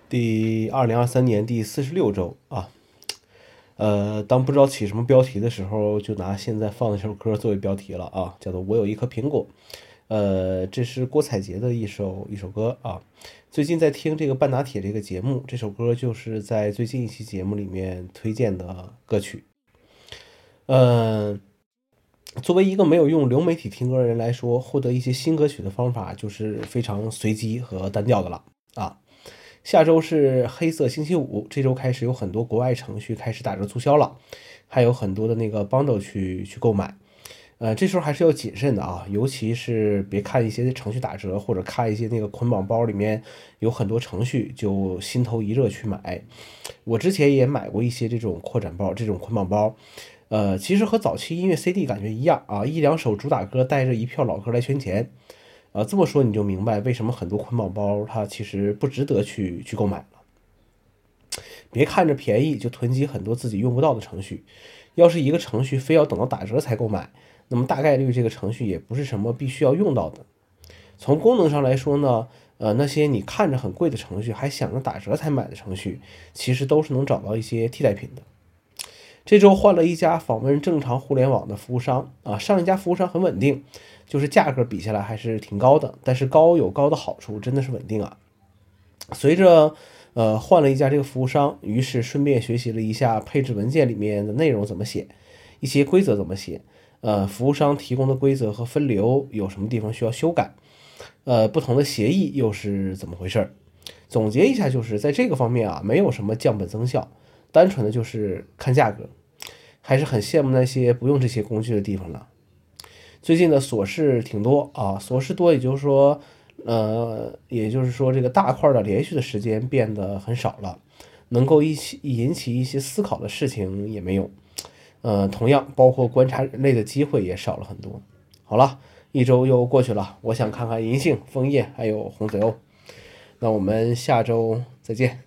2023年第46周啊。当不知道起什么标题的时候，就拿现在放的这首歌作为标题了啊，叫做《我有一颗苹果》。这是郭采洁的一首歌啊。最近在听这个半打铁这个节目，这首歌就是在最近一期节目里面推荐的歌曲。作为一个没有用流媒体听歌的人来说，获得一些新歌曲的方法就是非常随机和单调的了啊。下周是黑色星期五，这周开始有很多国外程序开始打折促销了，还有很多的那个 bundle 去购买。这时候还是要谨慎的啊，尤其是别看一些程序打折，或者看一些那个捆绑包里面有很多程序就心头一热去买。我之前也买过一些这种扩展包，这种捆绑包。其实和早期音乐 CD 感觉一样啊，一两首主打歌带着一票老歌来圈钱。这么说你就明白为什么很多捆绑包它其实不值得去购买了。别看着便宜就囤积很多自己用不到的程序，要是一个程序非要等到打折才购买，那么大概率这个程序也不是什么必须要用到的。从功能上来说呢，那些你看着很贵的程序还想着打折才买的程序，其实都是能找到一些替代品的。这周换了一家访问正常互联网的服务商啊，上一家服务商很稳定，就是价格比下来还是挺高的，但是高有高的好处，真的是稳定啊。随着换了一家这个服务商，于是顺便学习了一下配置文件里面的内容怎么写，一些规则怎么写，服务商提供的规则和分流有什么地方需要修改，不同的协议又是怎么回事。总结一下，就是在这个方面啊，没有什么降本增效，单纯的就是看价格。还是很羡慕那些不用这些工具的地方了。最近的琐事挺多啊，琐事多，也就是说这个大块的连续的时间变得很少了，能够引起一些思考的事情也没有。同样包括观察人类的机会也少了很多。好了，一周又过去了，我想看看银杏、枫叶还有红嘴鸥。那我们下周再见。